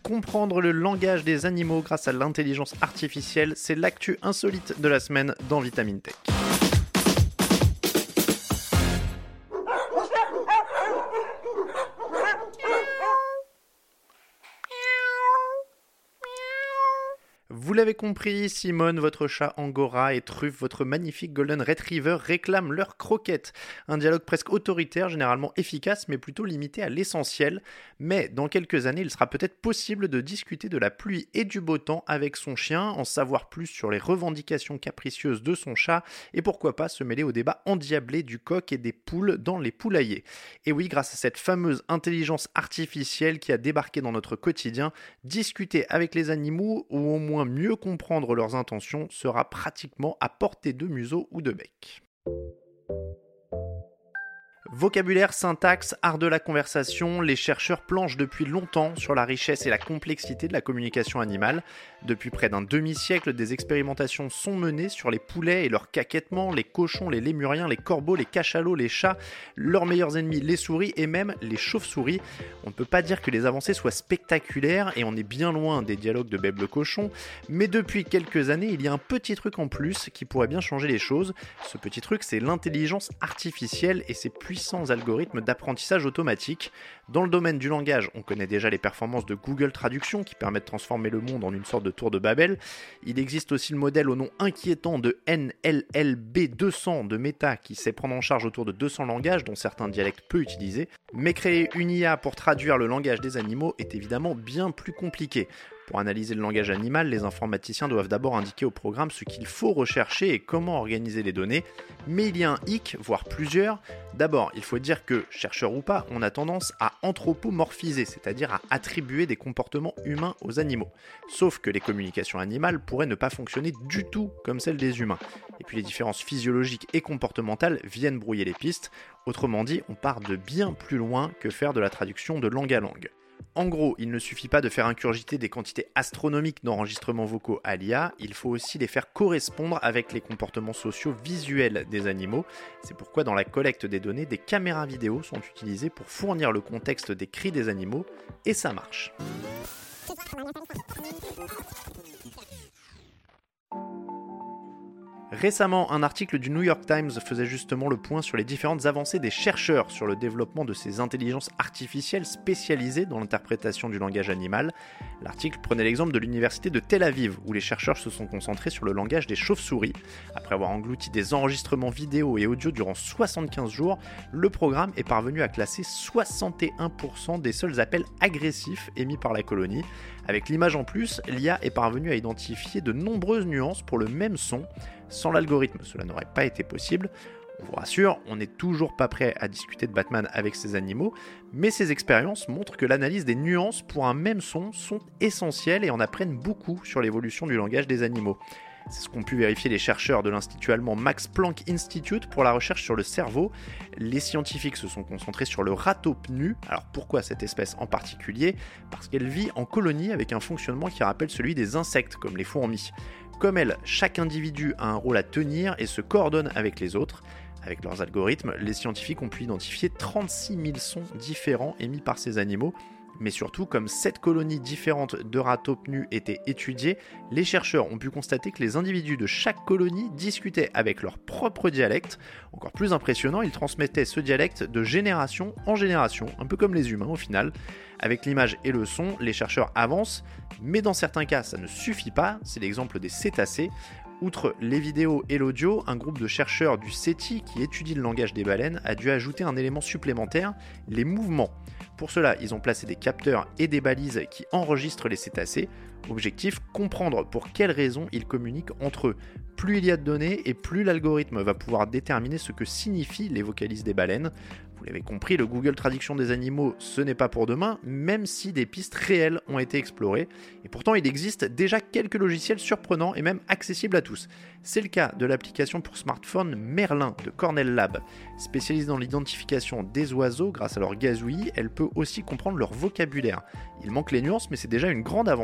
comprendre le langage des animaux grâce à l'intelligence artificielle, c'est l'actu insolite de la semaine dans Vitamine Tech. Vous l'avez compris, Simone, votre chat Angora, et Truff, votre magnifique Golden Retriever, réclament leur croquette. Un dialogue presque autoritaire, généralement efficace, mais plutôt limité à l'essentiel. Mais dans quelques années, il sera peut-être possible de discuter de la pluie et du beau temps avec son chien, en savoir plus sur les revendications capricieuses de son chat, et pourquoi pas se mêler au débat endiablé du coq et des poules dans les poulaillers. Et oui, grâce à cette fameuse intelligence artificielle qui a débarqué dans notre quotidien, discuter avec les animaux, ou au moins mieux comprendre leurs intentions, sera pratiquement à portée de museau ou de bec. Vocabulaire, syntaxe, art de la conversation, les chercheurs planchent depuis longtemps sur la richesse et la complexité de la communication animale. Depuis près d'un demi-siècle, des expérimentations sont menées sur les poulets et leurs caquettements, les cochons, les lémuriens, les corbeaux, les cachalots, les chats, leurs meilleurs ennemis, les souris et même les chauves-souris. On ne peut pas dire que les avancées soient spectaculaires et on est bien loin des dialogues de Beb le cochon, mais depuis quelques années, il y a un petit truc en plus qui pourrait bien changer les choses. Ce petit truc, c'est l'intelligence artificielle et ses puissants algorithmes d'apprentissage automatique. Dans le domaine du langage, on connaît déjà les performances de Google Traduction qui permettent de transformer le monde en une sorte de tour de Babel. Il existe aussi le modèle au nom inquiétant de NLLB200 de Meta qui sait prendre en charge autour de 200 langages dont certains dialectes peu utilisés. Mais créer une IA pour traduire le langage des animaux est évidemment bien plus compliqué. Pour analyser le langage animal, les informaticiens doivent d'abord indiquer au programme ce qu'il faut rechercher et comment organiser les données. Mais il y a un hic, voire plusieurs. D'abord, il faut dire que, chercheurs ou pas, on a tendance à anthropomorphiser, c'est-à-dire à attribuer des comportements humains aux animaux. Sauf que les communications animales pourraient ne pas fonctionner du tout comme celles des humains. Et puis les différences physiologiques et comportementales viennent brouiller les pistes. Autrement dit, on part de bien plus loin que faire de la traduction de langue à langue. En gros, il ne suffit pas de faire incurgiter des quantités astronomiques d'enregistrements vocaux à l'IA, il faut aussi les faire correspondre avec les comportements sociaux visuels des animaux. C'est pourquoi dans la collecte des données, des caméras vidéo sont utilisées pour fournir le contexte des cris des animaux, et ça marche. Récemment, un article du New York Times faisait justement le point sur les différentes avancées des chercheurs sur le développement de ces intelligences artificielles spécialisées dans l'interprétation du langage animal. L'article prenait l'exemple de l'université de Tel Aviv, où les chercheurs se sont concentrés sur le langage des chauves-souris. Après avoir englouti des enregistrements vidéo et audio durant 75 jours, le programme est parvenu à classer 61% des seuls appels agressifs émis par la colonie. Avec l'image en plus, l'IA est parvenue à identifier de nombreuses nuances pour le même son. Sans l'algorithme, cela n'aurait pas été possible. On vous rassure, on n'est toujours pas prêt à discuter de Batman avec ces animaux, mais ces expériences montrent que l'analyse des nuances pour un même son sont essentielles et en apprennent beaucoup sur l'évolution du langage des animaux. C'est ce qu'ont pu vérifier les chercheurs de l'Institut allemand Max Planck Institute pour la recherche sur le cerveau. Les scientifiques se sont concentrés sur le ratopnu. Alors pourquoi cette espèce en particulier ? Parce qu'elle vit en colonie avec un fonctionnement qui rappelle celui des insectes, comme les fourmis. Comme elle, chaque individu a un rôle à tenir et se coordonne avec les autres. Avec leurs algorithmes, les scientifiques ont pu identifier 36 000 sons différents émis par ces animaux. Mais surtout, comme 7 colonies différentes de ratopnus étaient étudiées, les chercheurs ont pu constater que les individus de chaque colonie discutaient avec leur propre dialecte. Encore plus impressionnant, ils transmettaient ce dialecte de génération en génération, un peu comme les humains au final. Avec l'image et le son, les chercheurs avancent, mais dans certains cas, ça ne suffit pas, c'est l'exemple des cétacés. Outre les vidéos et l'audio, un groupe de chercheurs du CETI qui étudie le langage des baleines a dû ajouter un élément supplémentaire, les mouvements. Pour cela, ils ont placé des capteurs et des balises qui enregistrent les cétacés. Objectif, comprendre pour quelles raisons ils communiquent entre eux. Plus il y a de données et plus l'algorithme va pouvoir déterminer ce que signifient les vocalises des baleines. Vous l'avez compris, le Google Traduction des animaux, ce n'est pas pour demain, même si des pistes réelles ont été explorées. Et pourtant, il existe déjà quelques logiciels surprenants et même accessibles à tous. C'est le cas de l'application pour smartphone Merlin de Cornell Lab. Spécialisée dans l'identification des oiseaux grâce à leur gazouillis, elle peut aussi comprendre leur vocabulaire. Il manque les nuances, mais c'est déjà une grande avancée.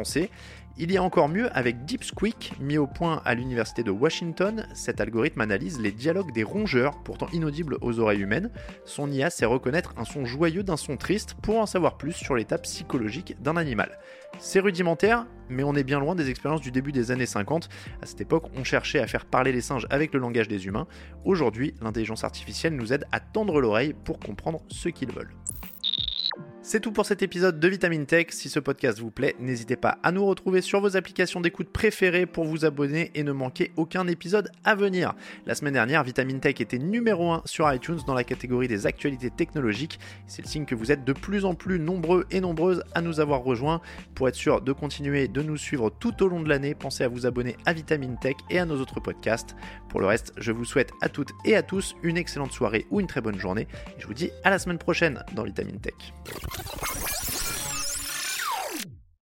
Il y a encore mieux avec DeepSqueak, mis au point à l'université de Washington. Cet algorithme analyse les dialogues des rongeurs, pourtant inaudibles aux oreilles humaines. Son IA sait reconnaître un son joyeux d'un son triste pour en savoir plus sur l'état psychologique d'un animal. C'est rudimentaire, mais on est bien loin des expériences du début des années 50. À cette époque, on cherchait à faire parler les singes avec le langage des humains. Aujourd'hui, l'intelligence artificielle nous aide à tendre l'oreille pour comprendre ce qu'ils veulent. C'est tout pour cet épisode de Vitamine Tech. Si ce podcast vous plaît, n'hésitez pas à nous retrouver sur vos applications d'écoute préférées pour vous abonner et ne manquer aucun épisode à venir. La semaine dernière, Vitamine Tech était numéro 1 sur iTunes dans la catégorie des actualités technologiques. C'est le signe que vous êtes de plus en plus nombreux et nombreuses à nous avoir rejoints. Pour être sûr de continuer de nous suivre tout au long de l'année, pensez à vous abonner à Vitamine Tech et à nos autres podcasts. Pour le reste, je vous souhaite à toutes et à tous une excellente soirée ou une très bonne journée. Et je vous dis à la semaine prochaine dans Vitamine Tech.